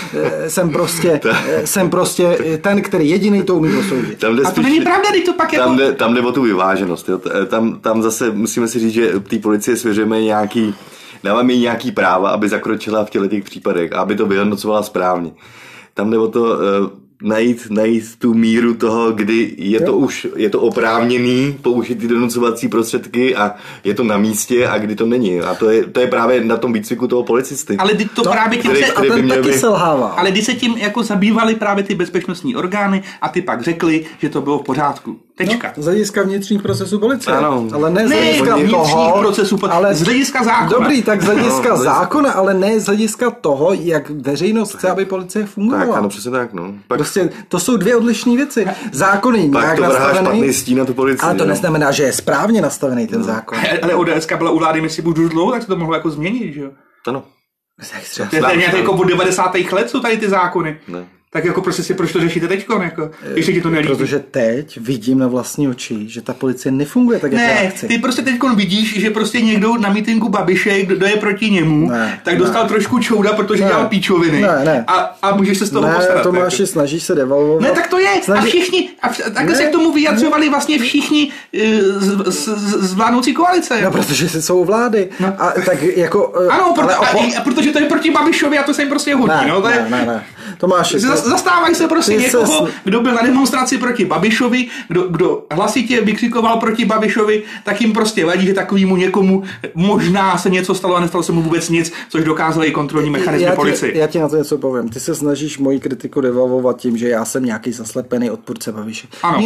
jsem prostě ten, který jediný to umí posoudit. A to není pravda, když to pak tam jde o tu vyváženost. Jo. Tam zase musíme si říct, že té policie svěřujeme dáváme jí nějaký práva, aby zakročila v těch případech a aby to vyhodnocovala správně. Tam jde o to najít tu míru toho, kdy je to oprávněný použít ty donucovací prostředky a je to na místě a kdy to není. A to je právě na tom výcviku toho policisty. Ale to právě tím selhává. Ale když se tím jako zabývali právě ty bezpečnostní orgány a ty pak řekli, že to bylo v pořádku. Tečka. No, z hlediska vnitřních procesů policie. Ano. Ale ne z hlediska vnitřních procesů, ale z hlediska zákona. Dobrý, tak z hlediska zákona, ale ne z hlediska toho, jak veřejnost chce, aby policie fungovala. Tak, ano, přesně tak, no. Prostě to jsou 2 odlišné věci. Zákony nějak nastavený. Stín na tu policii, ale to neznamená, že je správně nastavený ten zákon. Ale ODSka byla u vlády, myslím, už dlouho, tak se to mohlo jako změnit, že jo? Ano. To je nějak jako od 90. let jsou tady ty zákony. Ne. Tak jako prostě proč to řešíte teďkon, jako, ještě ti to nelíbí. Protože teď vidím na vlastní oči, že ta policie nefunguje tak, jak já chci. Ty prostě teďkon vidíš, že prostě někdo na mítinku Babiše, kdo je proti němu, tak dostal trošku čouda, protože dělal píčoviny. A můžeš se z toho postarat. Ne, Tomáši, snažíš se devalvovat. Ne, tak to je. A všichni, takhle se k tomu vyjadřovali vlastně všichni z vládnoucí koalice. No, protože jsou vlády. No. A tak jako... Ano, protože to je proti Babišovi a to se jim prostě hodí. Ne. Tomáši, zastávají se prostě někoho, kdo byl na demonstraci proti Babišovi, kdo hlasitě vykřikoval proti Babišovi, tak jim prostě vadí, že takovýmu někomu možná se něco stalo a nestalo se mu vůbec nic, což dokázali i kontrolní mechanismy policie. Já ti na to něco povím. Ty se snažíš moji kritiku devalvovat tím, že já jsem nějaký zaslepený odpůrce Babiše.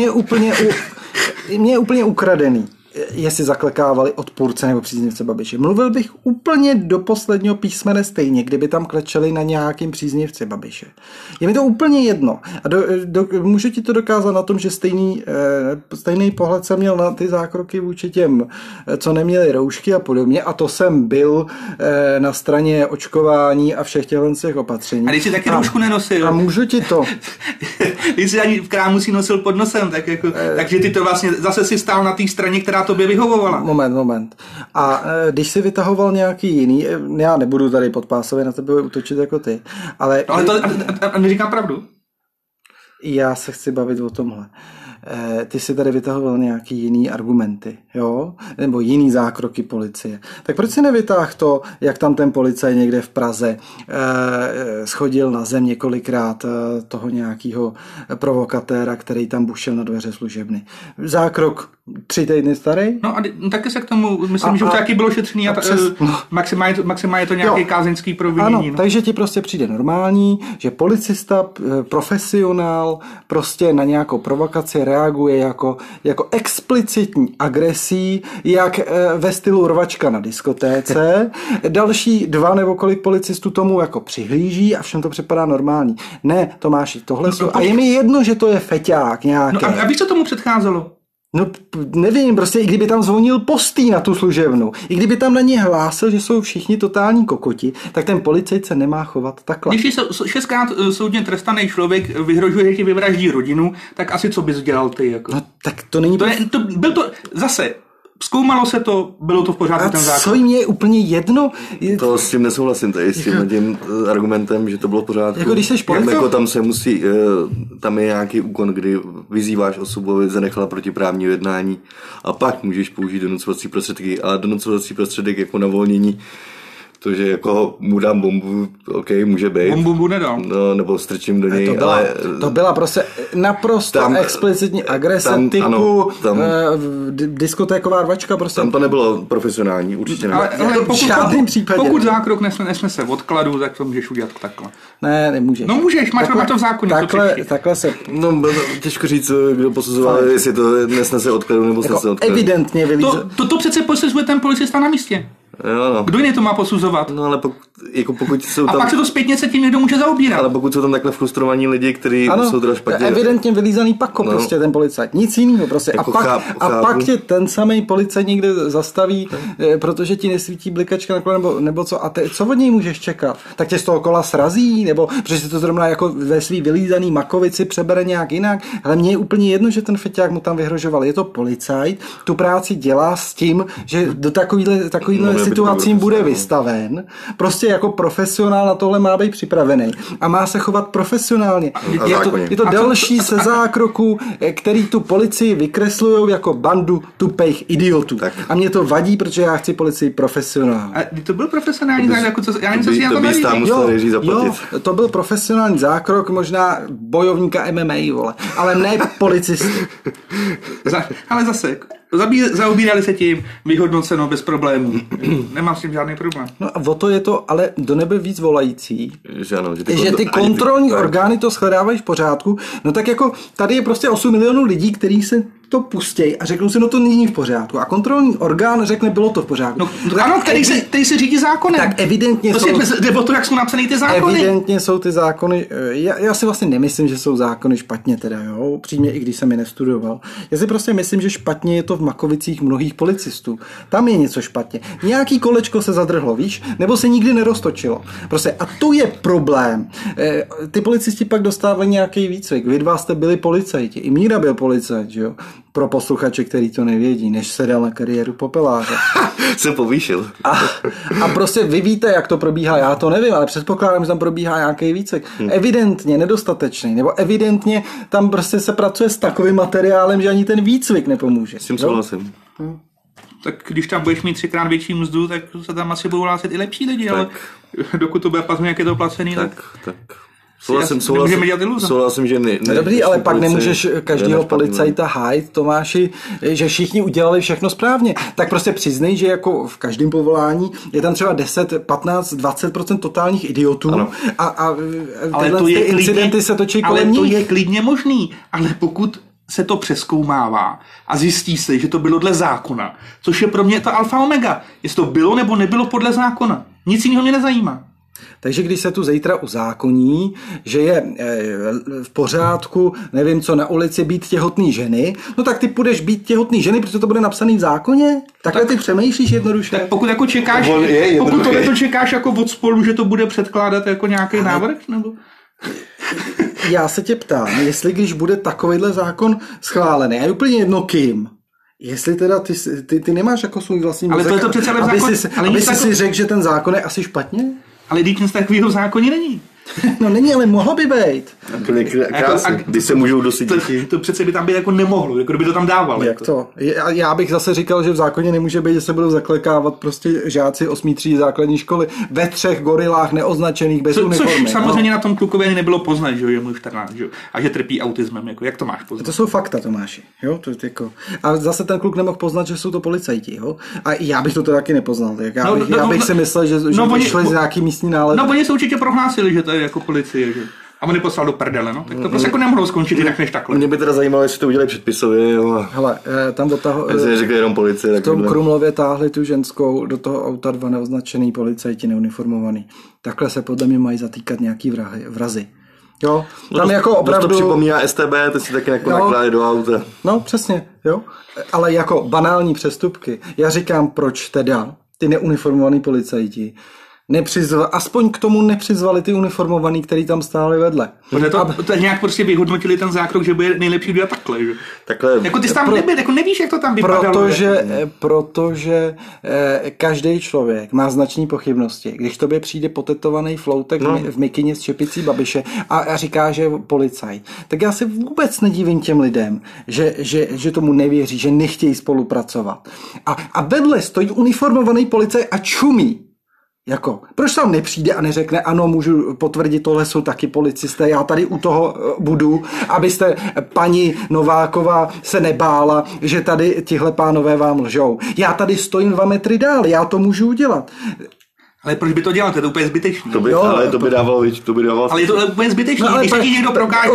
Mně je úplně ukradený, jestli zaklekávali odpůrce nebo příznivce Babiše. Mluvil bych úplně do posledního písmene stejně, kdyby tam klečeli na nějakým příznivci Babiše. Je mi to úplně jedno. A můžu ti to dokázat na tom, že stejný pohled jsem měl na ty zákroky vůči těm, co neměli roušky a podobně, a to jsem byl na straně očkování a všech těch opatření. A když jsi taky roušku nenosil. A můžu ti to. Když jsi ani v krámu si nosil pod nosem, tak jako, takže ty to vlastně zase si stál na té straně, která tobě vyhovovala. Moment. A když si vytahoval nějaký jiný, já nebudu tady podpásově na tebe útočit jako ty, ale to neříkám pravdu. Já se chci bavit o tomhle. Ty si tady vytahoval nějaký jiný argumenty, jo? Nebo jiný zákroky policie. Tak proč si nevytáhl to, jak tam ten policaj někde v Praze schodil na zem několikrát toho nějakého provokatéra, který tam bušil na dveře služebny. Zákrok 3 týdny starý? No a taky se k tomu, myslím, že už taky bylo šetřený a maximálně to nějaký kázeňský provinění. Ano, takže ti prostě přijde normální, že policista, profesionál, prostě na nějakou provokaci reaguje jako explicitní agresí, jak ve stylu rvačka na diskotéce. Další 2 nebo kolik policistů tomu jako přihlíží a všem to připadá normální. Ne, Tomáši, tohle jsou... A je mi jedno, že to je feťák nějaký. No a víš, co tomu předcházelo? No nevím, prostě i kdyby tam zvonil postý na tu služebnu, i kdyby tam na ně hlásil, že jsou všichni totální kokoti, tak ten policajt se nemá chovat takhle. Když 6krát soudně trestaný člověk vyhrožuje, že ti vyvraždí rodinu, tak asi co bys dělal ty? Jako? No tak to není... Byl to zase... zkoumalo se to, bylo to v pořádku ten zákon. A co jim je úplně jedno? To s tím nesouhlasím, tady s tím argumentem, že to bylo v pořádku. Jako když seš jako tam se musí, tam je nějaký úkon, kdy vyzýváš osobu, aby zanechala protiprávní jednání a pak můžeš použít donucovací prostředky, ale donucovací prostředek jako na volnění, to, že jako mu dám bombu, ok, může být. Bombu nedám. No, nebo strčím do něj, to byla prostě naprosto explicitní agrese typu diskotéková rvačka. Prostě. Tam to nebylo profesionální, určitě ne. Ale pokud zákrok nesnese v odkladu, tak to můžeš udělat takhle. Ne, nemůžeš. No můžeš, máš to v zákoně. Takhle se... No, těžko říct, kdo posuzoval, jestli to nesnese odkladu nebo snese odkladu. Evidentně to přece posuzuje ten policista na místě. Jo, no. Kdo jiný to má posuzovat? No ale pokud jsou tam... A pak se to zpětně se tím někdo může zaobírat. Ale pokud jsou tam takhle frustrovaní lidi, kteří jsou teda špatně... Evidentně vylízaný pako prostě ten policajt. Nic jiného prostě. Jako pak tě ten samý policajt někde zastaví, protože ti nesvítí blikačka na kole, nebo co. A co od něj můžeš čekat? Tak tě z toho kola srazí? Nebo protože si to zrovna jako ve svý vylízaný makovici přebere nějak jinak? Ale mně je úplně jedno, že ten feťák mu tam vyhrožoval. Je to policajt, tu práci dělá s tím, že do takovýhle situacím bude vystaven. Prostě jako profesionál na tohle má být připravený a má se chovat profesionálně. Je to další ze zákroků, který tu policii vykreslujou jako bandu tupejch idiotů. Tak. A mě to vadí, protože já chci policii profesionál. A to byl profesionální zákrok, jako já nevím, co si na to vadí. Jo, to byl profesionální zákrok, možná bojovníka MMA, vole, ale ne policisty. Ale zase, zaobírali se tím, vyhodnoceno bez problémů. Nemám s tím žádný problém. No a o to je to, ale do nebe víc volající, že ty kontrolní orgány to shledávají v pořádku. No tak jako tady je prostě 8 milionů lidí, kteří se to pustějí a řeknou si, no to není v pořádku. A kontrolní orgán řekne, bylo to v pořádku. No, ano, který se řídí zákonem. Tak evidentně jde o to, jak jsou napsaný ty zákony. Evidentně jsou ty zákony, já si vlastně nemyslím, že jsou zákony špatně teda, jo, přímě i když jsem je nestudoval. Já si prostě myslím, že špatně je to v Makovicích mnohých policistů. Tam je něco špatně. Nějaký kolečko se zadrhlo, víš, nebo se nikdy neroztočilo. Prostě a to je problém. Ty policisti pak dostávají nějaký výcvik. Vy dva jste byli policajti. I Míra byl policajt, že jo. Pro posluchače, který to nevědí, než se dal na kariéru popeláře. Jsem povýšil. A prostě vy víte, jak to probíhá, já to nevím, ale předpokládám, že tam probíhá nějaký výcvik. Evidentně nedostatečný, nebo evidentně tam prostě se pracuje s takovým materiálem, že ani ten výcvik nepomůže. S tím souhlasím. Tak když tam budeš mít 3x větší mzdu, tak se tam asi budou hlásit i lepší lidi, tak. Ale dokud to bude pasnout, jak je to placený, tak. Souhlasím, že ne. Dobrý, ale pak nemůžeš každého policajta hájit, Tomáši, že všichni udělali všechno správně. Tak prostě přiznej, že jako v každém povolání je tam třeba 10, 15, 20% totálních idiotů a tyhle incidenty se točí kolem nich. Ale to je klidně možný, ale pokud se to přezkoumává a zjistí se, že to bylo dle zákona, což je pro mě to alfa omega. Jestli to bylo nebo nebylo podle zákona. Nic jiného mě nezajímá. Takže když se tu zítra uzákoní, že je v pořádku, nevím co, na ulici být těhotný ženy, no tak ty půjdeš být těhotný ženy, protože to bude napsaný v zákoně? Takhle ty přemýšlíš jednoduše? Tak pokud jako čekáš, pokud to čekáš jako od spolu, že to bude předkládat jako nějaký návrh, nebo... Já se tě ptám, jestli když bude takovejhle zákon schválený, a je úplně jedno kým, jestli teda ty nemáš jako svůj vlastní mozek, ale to přece aby si řekl, že ten zákon je asi špatně? Ale když nic takového v zákoně není. No není, ale mohlo by být. Když se můžou dosytit. To přece by tam být jako nemohlo, jako by to tam dával. Jak to? Já bych zase říkal, že v zákoně nemůže být, že se budou zaklekávat prostě žáci 8. třídy základní školy ve 3 gorilách neoznačených bez uniformy. Což samozřejmě na tom klukově nebylo poznat, že je mu 14, že? A že trpí autismem, jako jak to máš poznat? To jsou fakta, Tomáši. Jo? To jako... A zase ten kluk nemohl poznat, že jsou to policajti, jo? A já bych to taky nepoznal. Já bych si myslel, že vyšli z nějaký místní nález. No oni se určitě prohlásili, že to je jako policie, že? A on je poslal do prdele, no. Tak to prostě jako nemohlo skončit jinak než takhle. Mě by teda zajímalo, jestli to udělají předpisově, jo. Hele, tam řekli jenom policie. V tom Krumlově táhli tu ženskou do toho auta 2 neoznačený policajti neuniformovaný. Takhle se podle mě mají zatýkat nějaký vrazy. Jo, tam jako opravdu... To připomíná STB, to si taky jako nakládají do auta. No, přesně, jo. Ale jako banální přestupky. Já říkám, proč teda ty neuniformovaný policajti aspoň k tomu nepřizvali ty uniformovaný, který tam stáli vedle. To nějak prostě vyhodnotili ten zákrok, že bude nejlepší udělat takhle, že? Takhle. Jako ty jsi tam nebyl, jako nevíš, jak to tam vypadalo. Protože každý člověk má značné pochybnosti. Když tobě přijde potetovaný floutek v mikině s čepicí Babiše a říká, že je policajt, tak já se vůbec nedivím těm lidem, že tomu nevěří, že nechtějí spolupracovat. A vedle stojí uniformovaný policajt a čumí. Jako, proč tam nepřijde a neřekne, ano, můžu potvrdit, tohle jsou taky policisté, já tady u toho budu, abyste paní Nováková se nebála, že tady tihle pánové vám lžou. Já tady stojím 2 metry dál, já to můžu udělat. Ale proč by to dělal? To je úplně zbytečné. To by dávalo. Ale je to úplně zbytečné. Když se ti někdo prokáže,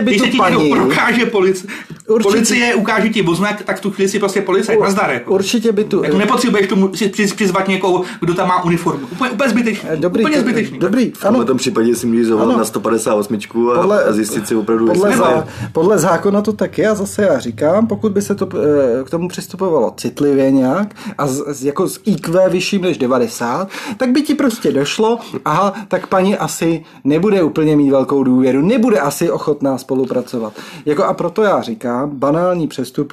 policie ukáže ti voznak, tak v tu chvíli si prostě policajt nazdar. Jako. Určitě by tu. Jako nepotřebuješ tomu přizvat někoho, kdo tam má uniformu. Úplně zbytečný. Úplně zbytečný. Dobrý. Ano. V tom případě si můžeš zavolat na 158 a zjistit si opravdu. Podle zákona to tak je a zase já říkám, pokud by se to k tomu přistupovalo citlivě nějak a jako s IQ vyšším než 90, tak by ti prostě došlo, aha, tak paní asi nebude úplně mít velkou důvěru, nebude asi ochotná spolupracovat. Jako a proto já říkám, banální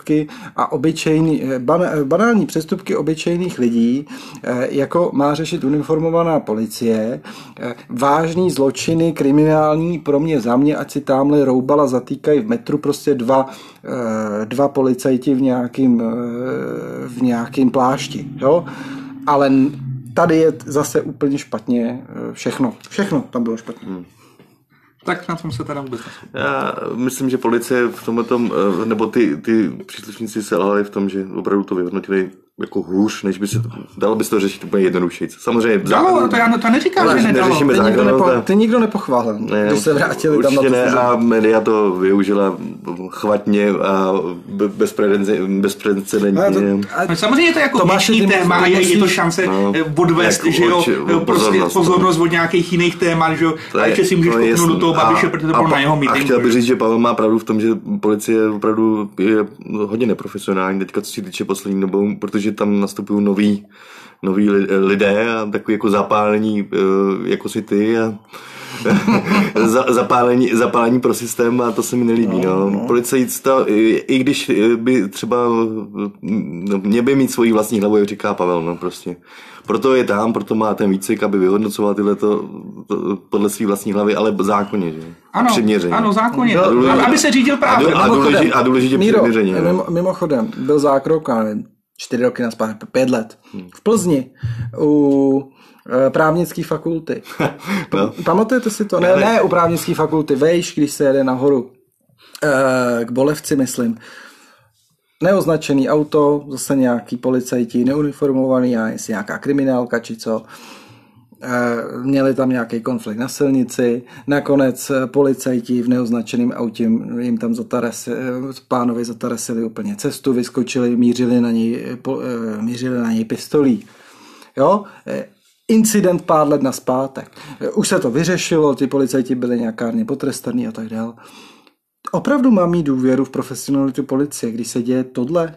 přestupky obyčejných lidí, jako má řešit uniformovaná policie, vážný zločiny, kriminální za mě, ať si tamhle Roubala zatýkají v metru prostě dva policajti v nějakým plášti, jo? Ale tady je zase úplně špatně všechno. Všechno tam bylo špatně. Tak na tom se teda vůbec nesmí. Já myslím, že policie v tomhletom, nebo ty příslušníci se lhali v tom, že opravdu to vyhodnotili jako hůř, než by se dalo by se to řešit úplně jednodušeji. Samozřejmě. Dalo, to já to neříkám, že nedalo. Ty nikdo nepochválil, když se vrátili tam na to. Ne, a média to využila chvatně a bezprecedentně. Samozřejmě to je jako věčný téma a je to šance odvést, že jo, prostě pozornost od nějakých jiných témat, že jo, a ještě si můžeš kopnout do toho Babiše, protože to bylo na jeho mítinku. A chtěl bych říct, že Pavel má pravdu v tom, že policie opravdu je hodně neprofesionální teďka, co se týče poslední dobou, protože tam nastupují noví lidé a takový jako zapálení jako si ty a zapálení pro systém a to se mi nelíbí. No. Policajista, i když by třeba mě by mít svoji vlastní hlavu, jak říká Pavel, no prostě. Proto je tam, proto má ten výcvik, aby vyhodnocoval tyhleto podle svý vlastní hlavy, ale zákonně, že? Přiměřeně. Ano, zákonně. Aby se řídil právě. A důležitě přiměřeně. Mimochodem, byl zákrok, 4 roky nazpátek, 5 let. V Plzni u právnické fakulty. Pamatujete si to? Ne u právnické fakulty, vejš, když se jede nahoru k Bolevci, myslím. Neoznačený auto, zase nějaký policajti, neuniformovaný, jestli nějaká kriminálka či co. Měli tam nějaký konflikt na silnici, nakonec policajti v neoznačeném autě jim tam pánovi zataresili úplně cestu, vyskočili, mířili na něj pistolí. Jo? Incident pár let nazpátek. Už se to vyřešilo, ty policajti byli nějakárně potrestaný a tak dále. Opravdu mám mít důvěru v profesionalitu policie, když se děje tohle?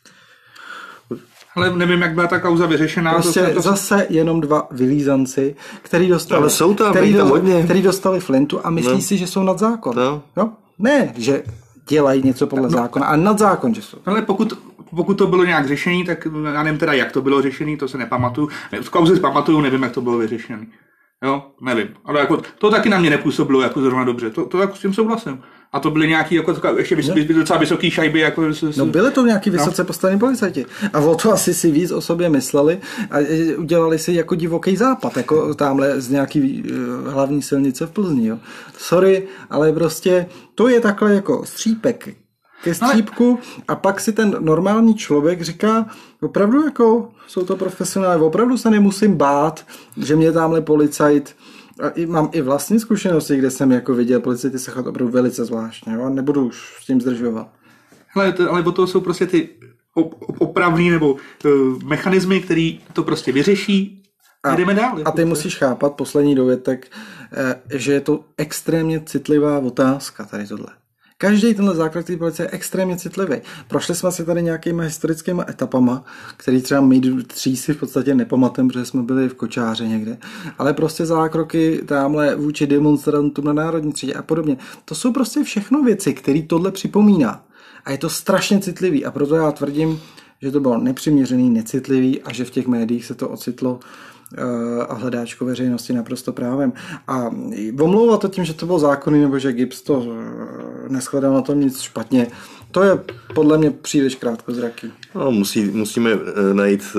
Ale nevím, jak byla ta kauza vyřešená. Prostě zase jenom 2 vylízanci, který dostali flintu a myslí si, že jsou nad zákon. No? Ne, že dělají něco podle zákona, a nad zákon, že jsou. Ale pokud to bylo nějak řešení, tak já nevím teda, jak to bylo řešení, to se nepamatuju. V kauze pamatuju, nevím, jak to bylo vyřešené. Jo, nevím. Ale jako, to taky na mě nepůsobilo jako zrovna dobře. To jako s tím souhlasím. A to byli nějaký jako ještě docela vysoký šajby. Jako, no byly to nějaký vysoce postavení policajti. A o to asi si víc o sobě mysleli a udělali si jako divoký západ, jako tamhle z nějaký hlavní silnice v Plzni. Jo. Sorry, ale prostě to je takhle jako střípek ke střípku a pak si ten normální člověk říká, opravdu jako jsou to profesionálně, opravdu se nemusím bát, že mě tamhle policajt. A mám i vlastní zkušenosti, kde jsem jako viděl policajty se chovat opravdu velice zvláštně, jo? Nebudu už s tím zdržovat. Ale o to jsou prostě ty opravný nebo mechanismy, který to prostě vyřeší a jdeme dál. A ty musíš chápat, poslední dovětek, že je to extrémně citlivá otázka tady tohle. Každý tenhle základ té policie je extrémně citlivý. Prošli jsme si tady nějakýma historickými etapama, který třeba my tří si v podstatě nepamatujeme, protože jsme byli v kočáře někde. Ale prostě zákroky tamhle vůči demonstrantům na Národní třídě a podobně. To jsou prostě všechno věci, které tohle připomíná. A je to strašně citlivý. A proto já tvrdím, že to bylo nepřiměřený, necitlivý a že v těch médiích se to ocitlo a hledáčko veřejnosti naprosto právem. A omlouvat to tím, že to bylo zákonný, nebo že Gibbs to neshledal na tom nic špatně, to je podle mě příliš krátkozraký. No, musíme najít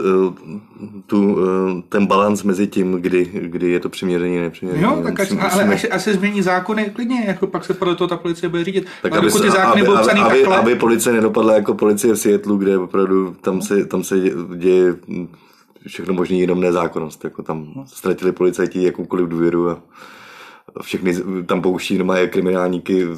ten balans mezi tím, kdy je to přiměřený a nepřiměřený. Jo, tak až se změní zákony, klidně, jako pak se podle toho ta policie bude řídit. Tak ale dokud ty zákony budou psaný takhle... Aby policie nedopadla jako policie v Seattlu, kde opravdu tam se děje všechno možný, jenom nezákonnost. Jako tam ztratili policajti jakoukoliv důvěru a všechny tam pouští doma kriminálníky.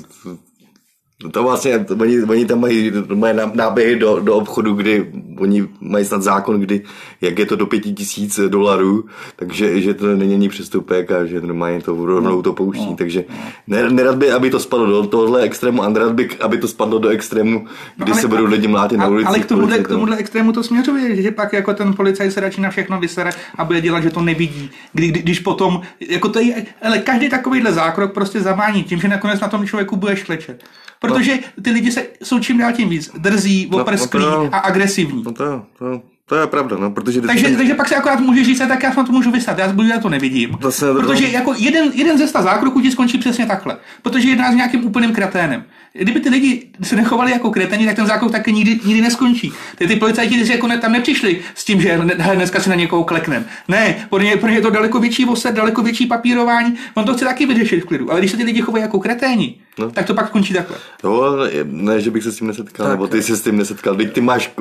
To vlastně, oni tam mají náběhy do obchodu, kdy oni mají snad zákon, kdy, jak je to do $5,000, takže že to není ani přestupek a že normálně to rovnou to pouští. Takže nerad by, aby to spadlo do tohohle extrému a nerad by, aby to spadlo do extrému, kdy se budou lidi mlátit na ulici. Ale k tomuhle extrému to směřuje, že pak jako ten policajt se radši na všechno vysere a bude dělat, že to nevidí. Když potom, jako to je, ale každý takovýhle zákrok prostě zamání tím, že nakonec na tom člověku budeš klečet. Protože ty lidi jsou čím dál tím víc drzí, oprsklí a agresivní. To je pravda, no, protože... Takže pak si akorát můžeš říct, tak já na to můžu vysat, já to nevidím. Protože jako jeden ze 100 zákroků ti skončí přesně takhle. Protože jedná s nějakým úplným kreténem. Kdyby ty lidi se nechovali jako kreténi, tak ten zákrok taky nikdy neskončí. Ty policajti jako tam nepřišli s tím, že dneska si na někoho kleknem. Ne, pro ně je to daleko větší osad, daleko větší papírování. On to chce taky vyřešit v klidu. Ale když se ty lidi chovají jako kreténi, tak to pak končí takhle. No, ne, že bych se s tím nesetkal, tak, nebo ty se s tím nesetkal. Teď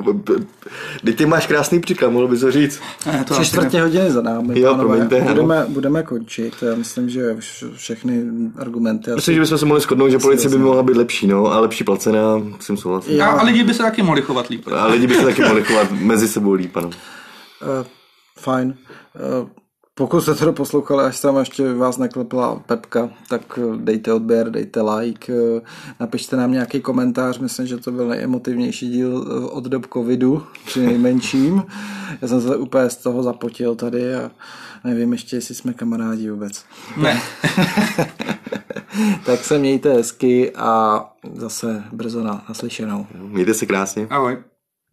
ty máš krásný příklad, mohl bys to říct. 3/4 hodiny za námi. Jo, promiňte. Budeme končit. Já myslím, že všechny argumenty... Myslím, že bychom se mohli shodnout, že policie by mohla být lepší, no, a lepší placená, jsem souhlasil. A lidi by se taky mohli chovat líp. A lidi by se taky mohli chovat mezi sebou líp, ano. Fajn. Pokud jste to poslouchali, až tam ještě vás neklepla Pepka, tak dejte odběr, dejte like, napište nám nějaký komentář, myslím, že to byl nejemotivnější díl od dob covidu, při nejmenším. Já jsem se úplně z toho zapotil tady a nevím ještě, jestli jsme kamarádi vůbec. Ne. Tak se mějte hezky a zase brzo naslyšenou. Mějte se krásně. Ahoj.